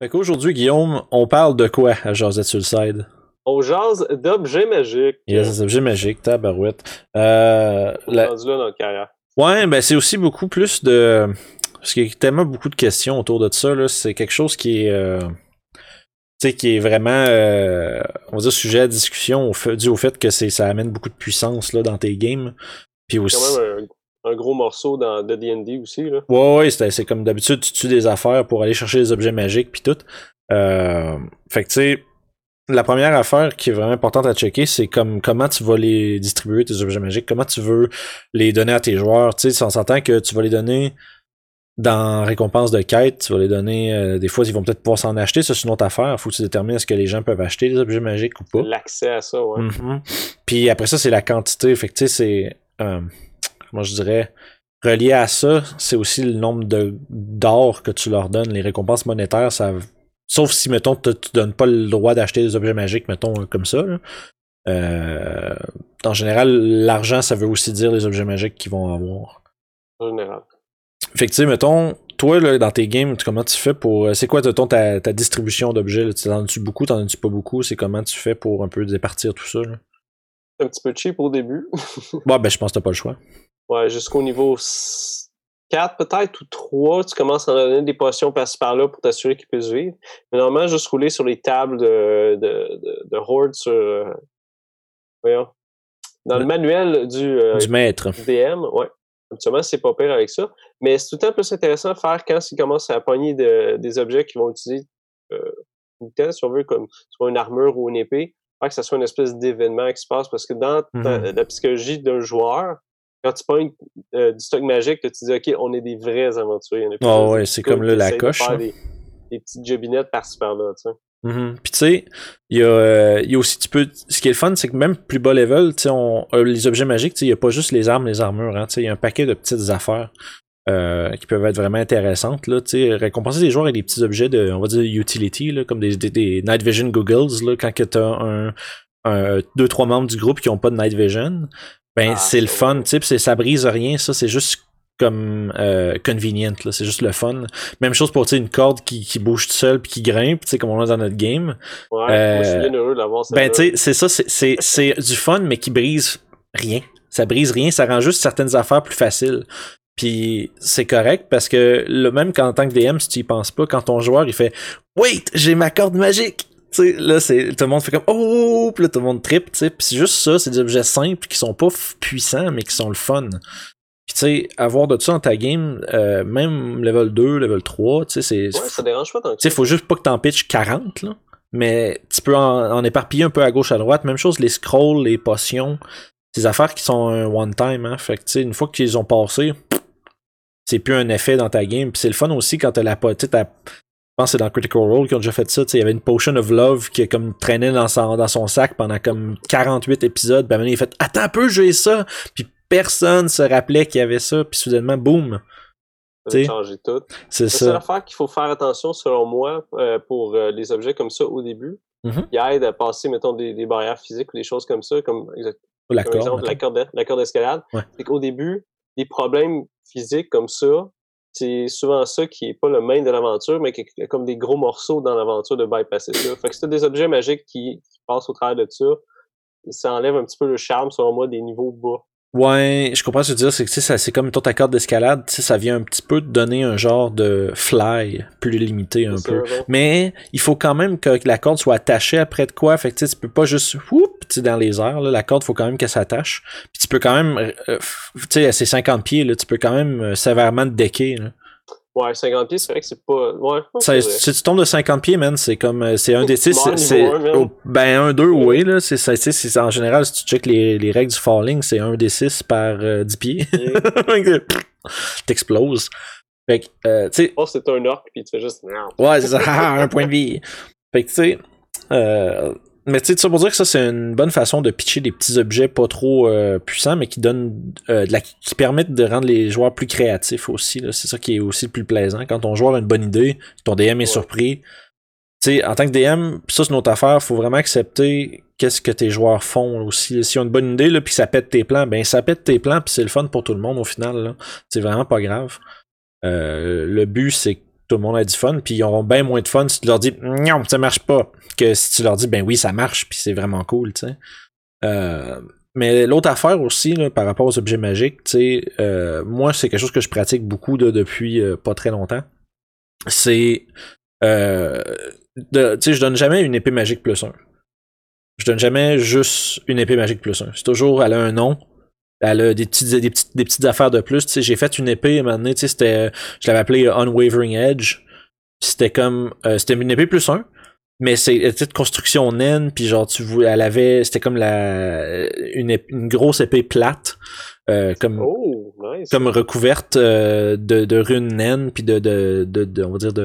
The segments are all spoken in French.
Fait qu'aujourd'hui, Guillaume, on parle de quoi à Josette Sulside? On jase d'objets magiques. Yes, des objets magiques, tabarouette. On est rendu là dans notre carrière. Ouais, ben c'est aussi beaucoup plus de... Parce qu'il y a tellement beaucoup de questions autour de ça, là. C'est quelque chose qui est... Tu sais, qui est vraiment, on va dire, sujet à discussion dû au fait que ça amène beaucoup de puissance là, dans tes games. Puis aussi... C'est quand même un gros morceau de D&D aussi, là. Ouais, c'est comme d'habitude, tu tues des affaires pour aller chercher des objets magiques puis tout. Fait que tu sais, la première affaire qui est vraiment importante à checker, c'est comment tu vas les distribuer, tes objets magiques, comment tu veux les donner à tes joueurs. Tu sais, on s'entend que tu vas les donner dans récompense de quête, tu vas les donner, des fois ils vont peut-être pouvoir s'en acheter, ça c'est une autre affaire, faut que tu détermines est-ce que les gens peuvent acheter des objets magiques ou pas. L'accès à ça, ouais. Puis après ça, c'est la quantité, fait que tu sais, c'est, comment je dirais, relié à ça, c'est aussi le nombre d'or que tu leur donnes, les récompenses monétaires, ça... Sauf si, mettons, tu donnes pas le droit d'acheter des objets magiques, mettons, comme ça. Là. En général, l'argent, ça veut aussi dire les objets magiques qu'ils vont avoir. En général. Fait que, tu sais, mettons, toi, là, dans tes games, comment tu fais pour... C'est quoi, ta distribution d'objets? Là? T'en as-tu beaucoup, t'en as-tu pas beaucoup? C'est comment tu fais pour un peu départir tout ça? Là? Un petit peu cheap au début. Bon, ben, je pense que t'as pas le choix. Ouais, jusqu'au niveau 4 peut-être ou 3, tu commences à donner des potions par-ci par-là pour t'assurer qu'ils puissent vivre. Mais normalement, juste rouler sur les tables de Horde sur... voyons. Dans le manuel du maître. DM, ouais. Habituellement, c'est pas pire avec ça. Mais c'est tout le temps plus intéressant à faire quand ils commencent à pogner des objets qu'ils vont utiliser tout le temps, si on veut, comme soit une armure ou une épée. Faire que ça soit une espèce d'événement qui se passe. Parce que dans la psychologie d'un joueur, quand tu pognes du stock magique, tu dis, OK, on est des vrais aventuriers. Oh ouais, c'est comme là, la coche. Faire des petites jobinettes par-ci par-là, tu sais. Puis tu sais, il y a aussi, ce qui est le fun, c'est que même plus bas level, tu sais, les objets magiques, tu sais, il y a pas juste les armes, les armures, hein, tu sais, il y a un paquet de petites affaires qui peuvent être vraiment intéressantes, là, tu sais, récompenser les joueurs avec des petits objets de, on va dire, utility, là, comme des Night Vision Goggles, là, quand t'as deux, trois membres du groupe qui ont pas de Night Vision, ben, c'est le fun, tu sais, pis ça brise rien, ça, c'est juste comme convenient, là, c'est juste le fun. Même chose pour, tu sais, une corde qui bouge tout seul puis qui grimpe, tu sais, comme on l'a dans notre game. Ouais, moi, je suis bien heureux d'avoir ça. Ben, tu sais, c'est ça, c'est du fun, mais qui brise rien. Ça brise rien, ça rend juste certaines affaires plus faciles. Puis c'est correct parce que même qu'en tant que DM, si tu y penses pas, quand ton joueur il fait wait, j'ai ma corde magique. Tu sais, là, tout le monde fait comme oh, pis là, tout le monde trippe, tu sais. Pis c'est juste ça, c'est des objets simples qui sont pas puissants, mais qui sont le fun. Pis tu sais, avoir de ça dans ta game, même level 2, level 3, tu sais, c'est... Ouais, ça dérange pas tant que ça. Tu sais, faut juste pas que t'en pitches 40, là. Mais tu peux en éparpiller un peu à gauche, à droite. Même chose, les scrolls, les potions, ces affaires qui sont un one-time, hein. Fait que tu sais, une fois qu'ils ont passé, c'est plus un effet dans ta game. Pis c'est le fun aussi quand t'as je pense que c'est dans Critical Role qu'ils ont déjà fait ça. Il y avait une Potion of Love qui a comme traîné dans son sac pendant comme 48 épisodes. Puis il a fait attends un peu, j'ai ça. Puis personne se rappelait qu'il y avait ça. Puis soudainement, boum. Ça a changé tout. C'est ça. C'est l'affaire qu'il faut faire attention, selon moi, pour les objets comme ça au début. Qui aident à passer, mettons, des barrières physiques ou des choses comme ça, comme exemple la corde d'escalade. Ouais. C'est qu'au début, des problèmes physiques comme ça, c'est souvent ça qui est pas le main de l'aventure, mais qui est comme des gros morceaux dans l'aventure de bypasser ça. Fait que si t'as des objets magiques qui passent au travers de ça enlève un petit peu le charme, selon moi, des niveaux bas. Ouais, je comprends ce que tu veux dire, c'est que c'est comme ta corde d'escalade, ça vient un petit peu te donner un genre de fly plus limité un peu. Ouais. Mais il faut quand même que la corde soit attachée après de quoi, fait que tu peux pas juste dans les airs, là, la corde faut quand même qu'elle s'attache. Puis tu peux quand même tu sais, à ces 50 pieds là, tu peux quand même sévèrement te decker là. Ouais, 50 pieds, c'est vrai que c'est pas... Ouais, si tu tombes de 50 pieds, man, c'est comme... C'est un des 6... Ben, 1, 2, oui, là. C'est en général, si tu checkes les règles du falling, c'est 1 des 6 par 10 pieds. T'exploses. Fait que, tu sais... Oh, c'est un orc, pis tu fais juste... Ouais, c'est ça, un point de vie. Fait que, tu sais... mais tu sais, ça pour dire que ça, c'est une bonne façon de pitcher des petits objets pas trop puissants, mais qui donnent qui permettent de rendre les joueurs plus créatifs aussi. Là. C'est ça qui est aussi le plus plaisant. Quand ton joueur a une bonne idée, ton DM est surpris. Tu sais, en tant que DM, ça c'est une autre affaire, faut vraiment accepter qu'est-ce que tes joueurs font aussi. S'ils ont une bonne idée, là, puis ça pète tes plans, ben ça pète tes plans, puis c'est le fun pour tout le monde au final. Là. C'est vraiment pas grave. Le but, c'est que tout le monde a du fun, puis ils auront bien moins de fun si tu leur dis non, ça marche pas, que si tu leur dis ben oui, ça marche, puis c'est vraiment cool, tu sais. Mais l'autre affaire aussi, là, par rapport aux objets magiques, tu sais, moi, c'est quelque chose que je pratique beaucoup depuis pas très longtemps. C'est tu sais, je donne jamais une épée magique plus 1. Je donne jamais juste une épée magique plus 1. C'est toujours, elle a un nom, elle a des petites affaires de plus. Tu sais, j'ai fait une épée à un moment donné, tu sais, je l'avais appelée Unwavering Edge. C'était comme, c'était une épée plus 1, mais c'était de construction naine, puis genre, c'était comme une grosse épée plate, comme recouverte de runes naines, puis on va dire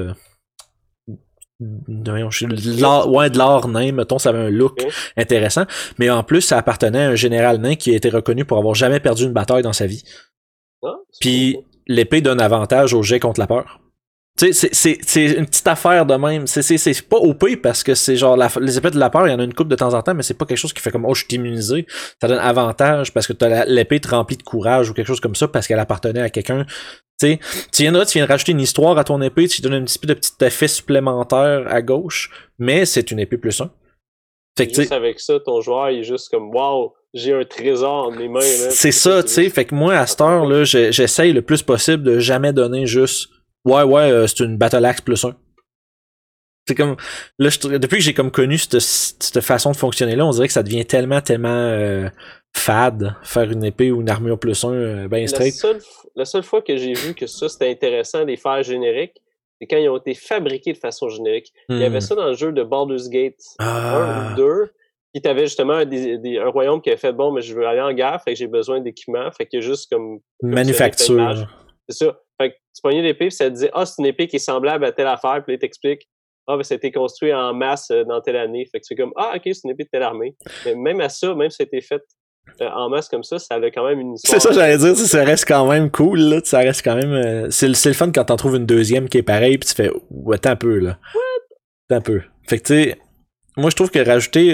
de l'or nain, mettons, ça avait un look intéressant, mais en plus, ça appartenait à un général nain qui a été reconnu pour avoir jamais perdu une bataille dans sa vie. Puis l'épée donne avantage au jet contre la peur. Tu sais, c'est une petite affaire de même. C'est pas OP parce que c'est genre les épées de la peur, il y en a une couple de temps en temps, mais c'est pas quelque chose qui fait comme je suis immunisé. Ça donne avantage parce que t'as l'épée te remplit de courage ou quelque chose comme ça parce qu'elle appartenait à quelqu'un. Tu sais, tu viens de rajouter une histoire à ton épée, tu lui donnes un petit peu de petit effet supplémentaire à gauche, mais c'est une épée plus 1. Fait que juste avec ça, ton joueur il est juste comme wow, j'ai un trésor en mes mains. Là, c'est ça, tu sais. Fait que moi, à cette heure, là, j'essaye le plus possible de jamais donner juste c'est une Battle Axe plus 1. C'est comme là, depuis que j'ai comme connu cette façon de fonctionner là, on dirait que ça devient tellement fade faire une épée ou une armure plus 1 ben straight. La seule fois que j'ai vu que ça c'était intéressant de les faire génériques, c'est quand ils ont été fabriqués de façon générique. Il y avait ça dans le jeu de Baldur's Gate 1 ou 2. Puis t'avais justement un royaume qui avait fait mais je veux aller en guerre, fait que j'ai besoin d'équipement, fait que juste comme manufacture. C'est ça. Fait que tu pognais l'épée, puis ça te disait c'est une épée qui est semblable à telle affaire, puis là, t'expliques ben ça a été construit en masse dans telle année. Fait que c'est comme ok, c'est une épée de telle armée. Mais même à ça, même si ça a été fait en masse comme ça a quand même une histoire. C'est ça, j'allais dire, ça reste quand même cool, là. Ça reste quand même. C'est le fun quand t'en trouves une deuxième qui est pareille, puis tu fais attends un peu, là. Attends un peu. Fait que tu sais. Moi, je trouve que rajouter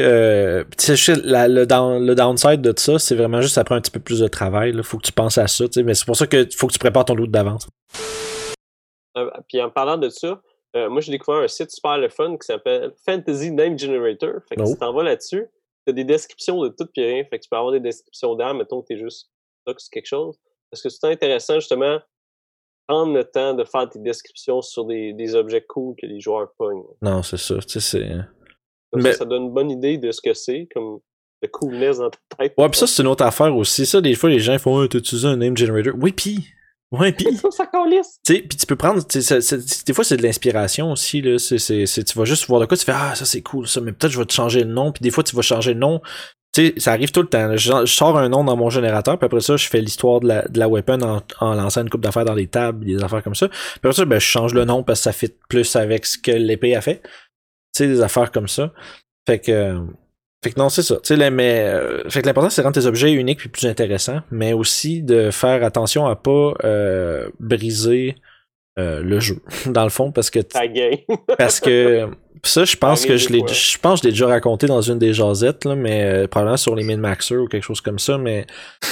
le downside de ça, c'est vraiment juste ça prend un petit peu plus de travail. Là. Faut que tu penses à ça, mais c'est pour ça qu'il faut que tu prépares ton loot d'avance. Puis en parlant de ça, moi j'ai découvert un site super le fun qui s'appelle Fantasy Name Generator. Fait que si t'en vas là-dessus, t'as des descriptions de tout pis rien. Fait que tu peux avoir des descriptions d'armes, mettons que t'es juste là que c'est quelque chose. Parce que c'est intéressant justement prendre le temps de faire tes descriptions sur des objets cool que les joueurs pognent. Non, c'est ça. Tu sais, c'est. Ça donne une bonne idée de ce que c'est, comme le coolness dans ta tête. Ouais, pis ça, c'est une autre affaire aussi. Ça, des fois, les gens font t'as utilisé un name generator. Oui, pis. Ça calisse. Tu sais, pis tu peux prendre. Des fois, c'est de l'inspiration aussi, là. Tu vas juste voir de quoi, tu fais ça, c'est cool, ça, mais peut-être je vais te changer le nom. Puis des fois, tu vas changer le nom. Tu sais, ça arrive tout le temps. Je sors un nom dans mon générateur, puis après ça, je fais l'histoire de la weapon en lançant une coupe d'affaires dans les tables, des affaires comme ça. Puis après ça, je change le nom parce que ça fit plus avec ce que l'épée a fait. Tu sais, des affaires comme ça. Fait que non, c'est ça. Tu sais, fait que l'important, c'est de rendre tes objets uniques puis plus intéressants, mais aussi de faire attention à pas briser le jeu, dans le fond, parce que parce que ça, je pense que je l'ai déjà raconté dans une des jasettes, là, mais probablement sur les min-maxers ou quelque chose comme ça, mais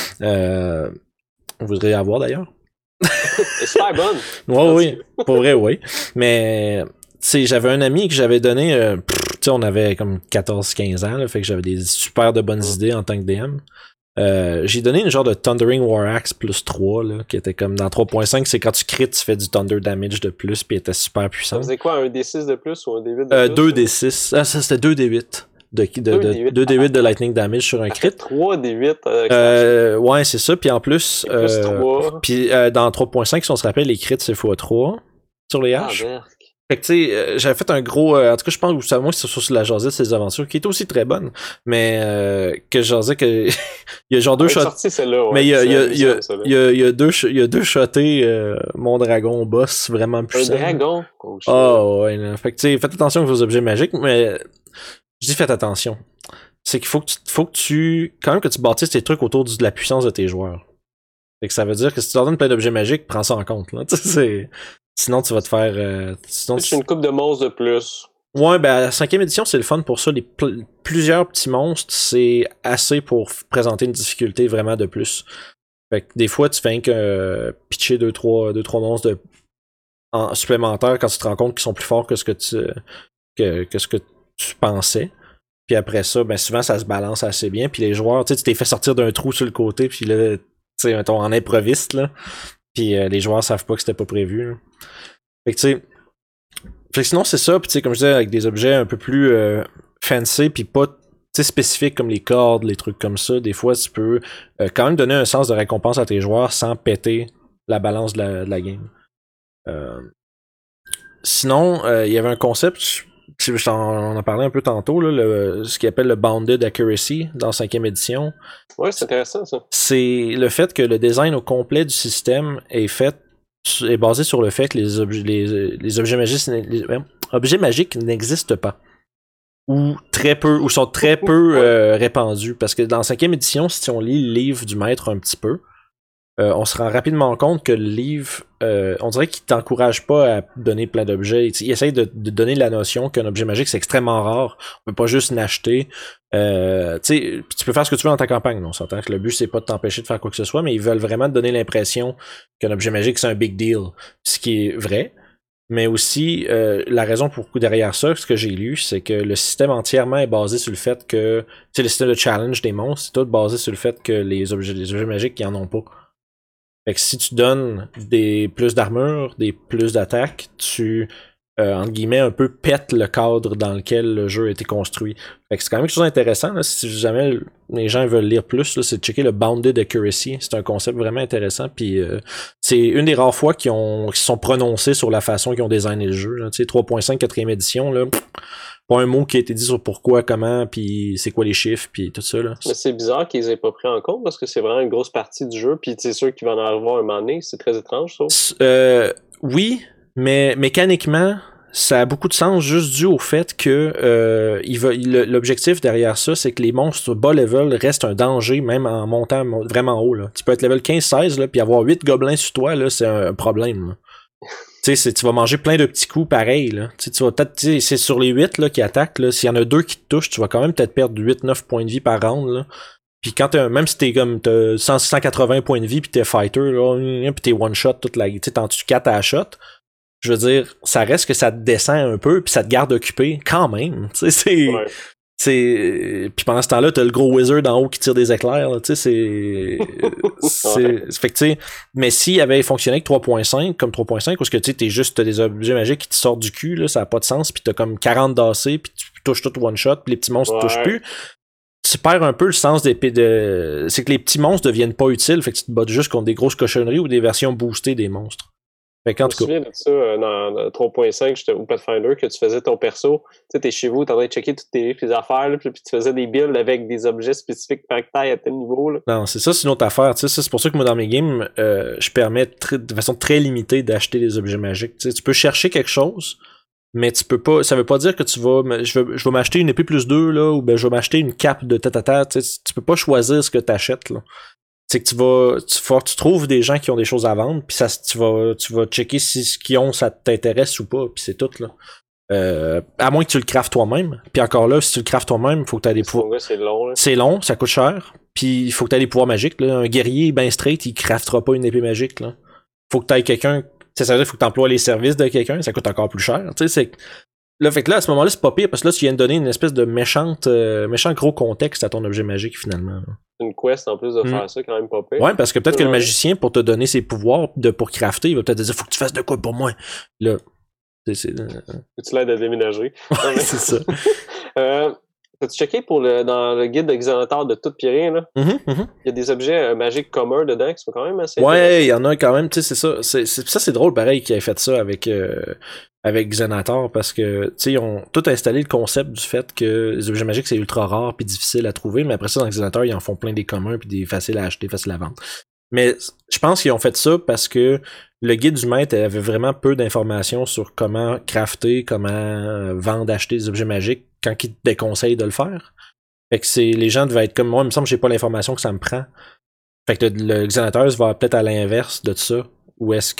on voudrait y avoir d'ailleurs. C'est super bonne. Oui, pour vrai, oui. Mais j'avais un ami que j'avais donné tu sais, on avait comme 14-15 ans, là, fait que j'avais des super de bonnes idées en tant que DM. J'ai donné une genre de Thundering War Axe plus 3, là, qui était comme dans 3.5, c'est quand tu crit, tu fais du Thunder Damage de plus, puis elle était super puissant. Ça faisait quoi, un D6 de plus ou un D8 de plus? 2D6. Ah, ça, c'était 2D8. 2D8 de Lightning Damage sur un crit. 3 D8. Ouais, c'est ça, puis en plus... puis dans 3.5, si on se rappelle, les crits, c'est x3 sur les haches. Fait que tu sais, j'avais fait un gros... en tout cas, je pense que moi, c'est sur la jasette, ces aventures, qui est aussi très bonne, mais que je jasais que... il y a genre deux shots... Mais il y a deux shotés mon dragon boss vraiment puissant. Un dragon? Ouais, là. Fait que tu sais, faites attention avec vos objets magiques, mais... Je dis faites attention. C'est qu'il faut que tu... Quand même que tu bâtisses tes trucs autour de la puissance de tes joueurs. Fait que ça veut dire que si tu leur donnes plein d'objets magiques, prends ça en compte, là. Sinon, tu vas te faire... C'est une coupe de monstres de plus. Ouais, ben, à la 5e édition, c'est le fun pour ça. Plusieurs petits monstres, c'est assez pour présenter une difficulté vraiment de plus. Fait que des fois, tu fais que pitcher 2-3 monstres supplémentaires quand tu te rends compte qu'ils sont plus forts que ce que tu pensais. Puis après ça, ben souvent ça se balance assez bien. Puis les joueurs, tu t'es fait sortir d'un trou sur le côté, puis là, tu sais, mettons en improviste, là. Puis les joueurs savent pas que c'était pas prévu. Là. Fait que tu sais. Fait que sinon c'est ça, puis tu sais, comme je disais, avec des objets un peu plus fancy, puis pas spécifiques comme les cordes, les trucs comme ça, des fois tu peux quand même donner un sens de récompense à tes joueurs sans péter la balance de la game. Sinon, il y avait un concept, on en parlait un peu tantôt, là, ce qu'ils appelle le Bounded Accuracy dans 5e édition. Ouais, c'est intéressant ça. C'est le fait que le design au complet du système est basé sur le fait que les objets magiques n'existent pas. Ou très peu, ou sont très peu répandus. Parce que dans 5e édition, si on lit le livre du maître un petit peu, on se rend rapidement compte que le livre, on dirait qu'il t'encourage pas à donner plein d'objets. Il essaye de donner la notion qu'un objet magique, c'est extrêmement rare. On peut pas juste l'acheter. Tu peux faire ce que tu veux dans ta campagne. On s'entend que le but, c'est pas de t'empêcher de faire quoi que ce soit, mais ils veulent vraiment te donner l'impression qu'un objet magique, c'est un big deal. Ce qui est vrai. Mais aussi, la raison derrière ça, ce que j'ai lu, c'est que le système entièrement est basé sur le fait que, le système de challenge des monstres, c'est tout basé sur le fait que les objets magiques, ils en ont pas. Fait que si tu donnes des plus d'armure, des plus d'attaque, tu, entre guillemets, un peu pètes le cadre dans lequel le jeu a été construit. Fait que c'est quand même quelque chose d'intéressant. Là, si jamais les gens veulent lire plus, là, c'est de checker le Bounded Accuracy. C'est un concept vraiment intéressant. Puis c'est une des rares fois qui se sont prononcés sur la façon qu'ils ont designé le jeu. 3.5, 4e édition, là. Pas un mot qui a été dit sur pourquoi, comment, puis c'est quoi les chiffres, puis tout ça. Là. Mais c'est bizarre qu'ils aient pas pris en compte parce que c'est vraiment une grosse partie du jeu, puis c'est sûr qu'il va en avoir un moment donné. C'est très étrange, ça. Oui, mais mécaniquement, ça a beaucoup de sens juste dû au fait que l'objectif derrière ça, c'est que les monstres bas level restent un danger, même en montant vraiment haut. Là. Tu peux être level 15-16, là, puis avoir 8 gobelins sur toi, là, c'est un problème. Là. Tu vas manger plein de petits coups pareils, là. Tu vas peut-être, c'est sur les 8 là, qui attaquent, là. S'il y en a 2 qui te touchent, tu vas quand même peut-être perdre 8-9 points de vie par round, là. Puis quand même si t'as 180 points de vie pis t'es fighter, là, pis t'es one-shot toute la, tu sais, t'en tues 4 à la shot, je veux dire, ça reste que ça te descend un peu pis ça te garde occupé quand même. Tu sais, puis pendant ce temps-là, t'as le gros wizard en haut qui tire des éclairs, tu sais, fait que tu sais, mais s'il avait fonctionné avec 3.5, comme 3.5, parce que tu sais, t'as des objets magiques qui te sortent du cul, là, ça a pas de sens, pis t'as comme 40 d'AC, pis tu touches tout one shot, pis les petits monstres te touchent plus. Tu perds un peu le sens c'est que les petits monstres deviennent pas utiles, fait que tu te bats juste contre des grosses cochonneries ou des versions boostées des monstres. Fait qu'en tout cas. Je me souviens de ça dans 3.5 ou Pathfinder, que tu faisais ton perso, tu sais, t'es chez vous, t'es en train de checker toutes tes affaires, là, puis tu faisais des builds avec des objets spécifiques par taille à tel niveau. Là. Non, c'est ça, c'est une autre affaire. Tu sais, c'est pour ça que moi, dans mes games, je permets de façon très limitée d'acheter des objets magiques. Tu sais, tu peux chercher quelque chose, mais tu peux pas, ça veut pas dire que tu vas, je vais m'acheter une épée plus 2, là, ou ben, je vais m'acheter une cape de tête à tête. Tu peux pas choisir ce que t'achètes, là. C'est que tu trouves des gens qui ont des choses à vendre, puis tu vas checker si ce qu'ils ont, ça t'intéresse ou pas, puis c'est tout, là. À moins que tu le craftes toi-même. Puis encore là, si tu le craftes toi-même, il faut que tu aies des pouvoirs. C'est long, là. C'est long, ça coûte cher. Puis il faut que tu aies des pouvoirs magiques. Là. Un guerrier ben straight, il craftera pas une épée magique. Là. Faut que tu aies quelqu'un. Ça veut dire qu'il faut que tu emploies les services de quelqu'un, ça coûte encore plus cher. Tu sais, c'est. Là, fait que là, à ce moment-là, c'est pas pire, parce que là, tu viens de donner une espèce de méchant gros contexte à ton objet magique, finalement. Là. Une quest en plus de faire ça, quand même pas pire. Ouais, parce que peut-être que le magicien, pour te donner ses pouvoirs pour crafter, il va peut-être te dire, faut que tu fasses de quoi pour moi. Là. Tu l'aides à déménager. Ouais, c'est ça. T'as-tu checké dans le guide de Xanatar de tout pis rien, là? Il y a des objets magiques communs dedans qui sont quand même assez. Ouais, il y en a quand même, tu sais, c'est ça. C'est drôle, pareil, qu'ils aient fait ça avec Xanatar, parce que, tu sais, ils ont tout installé le concept du fait que les objets magiques, c'est ultra rare puis difficile à trouver, mais après ça, dans Xanatar, ils en font plein des communs puis des faciles à acheter, faciles à vendre. Mais je pense qu'ils ont fait ça parce que le guide du maître avait vraiment peu d'informations sur comment crafter, comment vendre, acheter des objets magiques quand ils te déconseillent de le faire. Fait que les gens devaient être comme moi, il me semble que j'ai pas l'information que ça me prend. Fait que le Xanatar va peut-être à l'inverse de ça. ou est-ce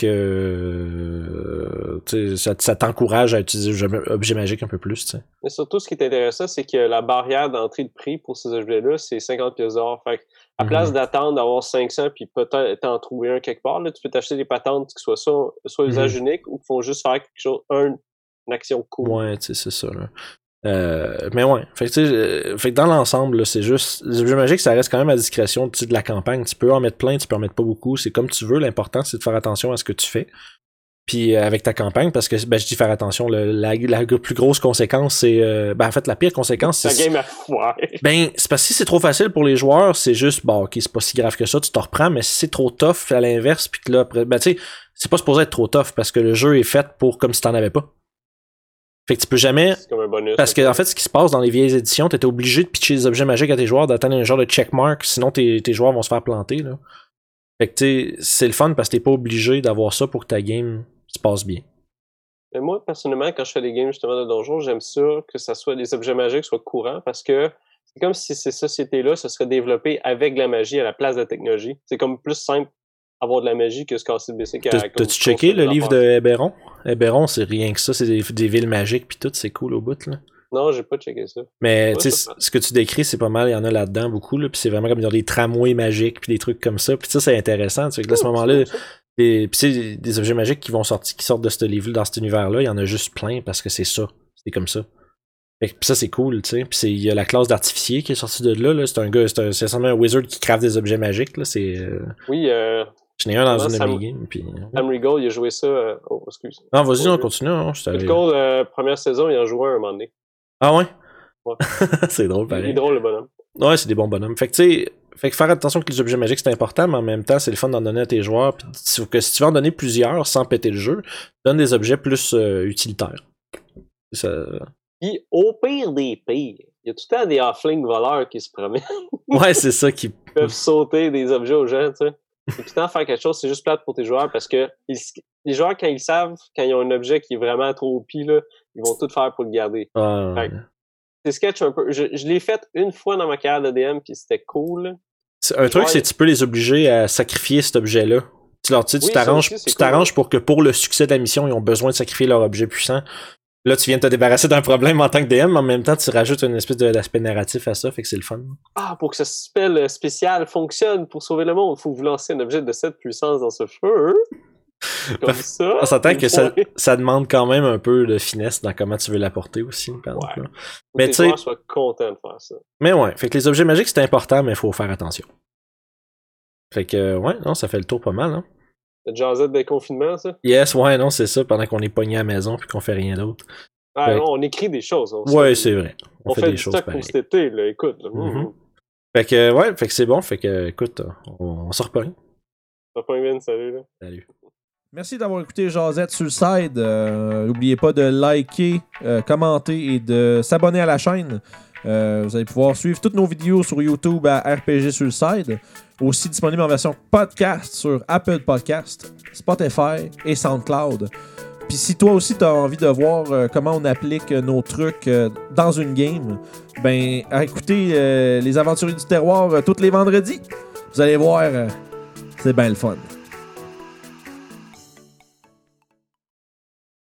que ça t'encourage à utiliser l'objet magique un peu plus, tu sais. Mais surtout, ce qui est intéressant, c'est que la barrière d'entrée de prix pour ces objets-là, c'est 50 pièces d'or. Fait que, à place d'attendre d'avoir 500 puis peut-être t'en trouver un quelque part, là, tu peux t'acheter des patentes qui soient soit usage unique ou qui font juste faire quelque chose, une action cool. Ouais, tu sais, c'est ça, là. Mais ouais, fait que dans l'ensemble, là, c'est juste les objets magiques, ça reste quand même à discrétion de la campagne. Tu peux en mettre plein, tu peux en mettre pas beaucoup, c'est comme tu veux. L'important, c'est de faire attention à ce que tu fais. Puis avec ta campagne, parce que je dis faire attention, la plus grosse conséquence, c'est en fait la pire conséquence, c'est la game à foire. Ben, c'est parce que si c'est trop facile pour les joueurs, c'est juste bon, ok, c'est pas si grave que ça, tu t'en reprends, mais si c'est trop tough à l'inverse, puis que là après, ben tu sais, c'est pas supposé être trop tough parce que le jeu est fait pour comme si t'en avais pas. Fait que tu peux jamais. C'est comme un bonus. Parce que en fait, ce qui se passe dans les vieilles éditions, t'étais obligé de pitcher des objets magiques à tes joueurs, d'atteindre un genre de checkmark, sinon tes joueurs vont se faire planter, là. Fait que tu sais, c'est le fun parce que t'es pas obligé d'avoir ça pour que ta game se passe bien. Mais moi, personnellement, quand je fais des games justement de donjons, j'aime ça que ça soit les objets magiques soient courants parce que c'est comme si ces sociétés-là se seraient développées avec de la magie à la place de la technologie. C'est comme plus simple avoir de la magie que se casser le basic. T'as-tu checké le livre de Eberron? Eberron, c'est rien que ça, c'est des villes magiques pis tout, c'est cool au bout, là. Non, j'ai pas checké ça. Mais tu sais, ce que tu décris, c'est pas mal, il y en a là-dedans beaucoup, là, pis c'est vraiment comme des tramways magiques pis des trucs comme ça. Pis ça, c'est intéressant, tu sais, que à ce moment-là, pis c'est des objets magiques qui sortent de ce livre-là, dans cet univers-là, il y en a juste plein parce que c'est ça. C'est comme ça. Fait que, pis ça, c'est cool, tu sais. Pis il y a la classe d'artificier qui est sortie de là, là. C'est un gars, c'est seulement un wizard qui crave des objets magiques, là. C'est. Oui, j'en ai un dans une de mes games, pis. Sam Riegel, il a joué ça. Oh, excuse. Non, vas-y, on continue, hein. Riegel, première saison, il en jouait un moment donné. Ah ouais? Ouais. C'est drôle, pareil. Il est drôle, le bonhomme. Ouais, c'est des bons bonhommes. Fait que, tu sais, faire attention que les objets magiques, c'est important, mais en même temps, c'est le fun d'en donner à tes joueurs. Puis que si tu veux en donner plusieurs sans péter le jeu, donne des objets plus utilitaires. Ça... Puis, au pire des pires, il y a tout le temps des halflings voleurs qui se promènent. Ouais, c'est ça qui peuvent sauter des objets aux gens, tu sais. Tout le temps faire quelque chose, c'est juste plate pour tes joueurs parce que les joueurs, quand ils savent, quand ils ont un objet qui est vraiment trop OP, là, ils vont tout faire pour le garder. C'est sketch un peu. Je l'ai fait une fois dans ma carrière de DM puis c'était cool. Un truc, c'est que tu peux les obliger à sacrifier cet objet-là. Tu t'arranges pour que pour le succès de la mission, ils ont besoin de sacrifier leur objet puissant. Là, tu viens de te débarrasser d'un problème en tant que DM, mais en même temps, tu rajoutes une espèce d'aspect narratif à ça, fait que c'est le fun. Ah, pour que ce spell spécial fonctionne pour sauver le monde, il faut vous lancer un objet de cette puissance dans ce feu. Comme ça. On s'entend que ça demande quand même un peu de finesse dans comment tu veux l'apporter aussi. Par exemple, là. Mais tu sais, joueurs soient contents de faire ça. Mais ouais, fait que les objets magiques, c'est important, mais il faut faire attention. Fait que, ouais, non, ça fait le tour pas mal, hein. Le jazzette de confinement, ça? Yes, ouais, non, c'est ça, pendant qu'on est pogné à la maison puis qu'on fait rien d'autre. Ah non, on écrit des choses. Ouais, c'est vrai. On fait des choses pareilles. Pour cet été, là, écoute. Là. Fait que, ouais, fait que c'est bon, fait que, écoute, on s'en reprend. Salut, là. Salut. Merci d'avoir écouté Jazette sur le side. N'oubliez pas de liker, commenter et de s'abonner à la chaîne. Vous allez pouvoir suivre toutes nos vidéos sur YouTube à RPG sur le side. Aussi disponible en version podcast sur Apple Podcast, Spotify et SoundCloud. Puis si toi aussi tu as envie de voir comment on applique nos trucs dans une game, ben écoutez Les Aventuriers du Terroir tous les vendredis. Vous allez voir, c'est bien le fun.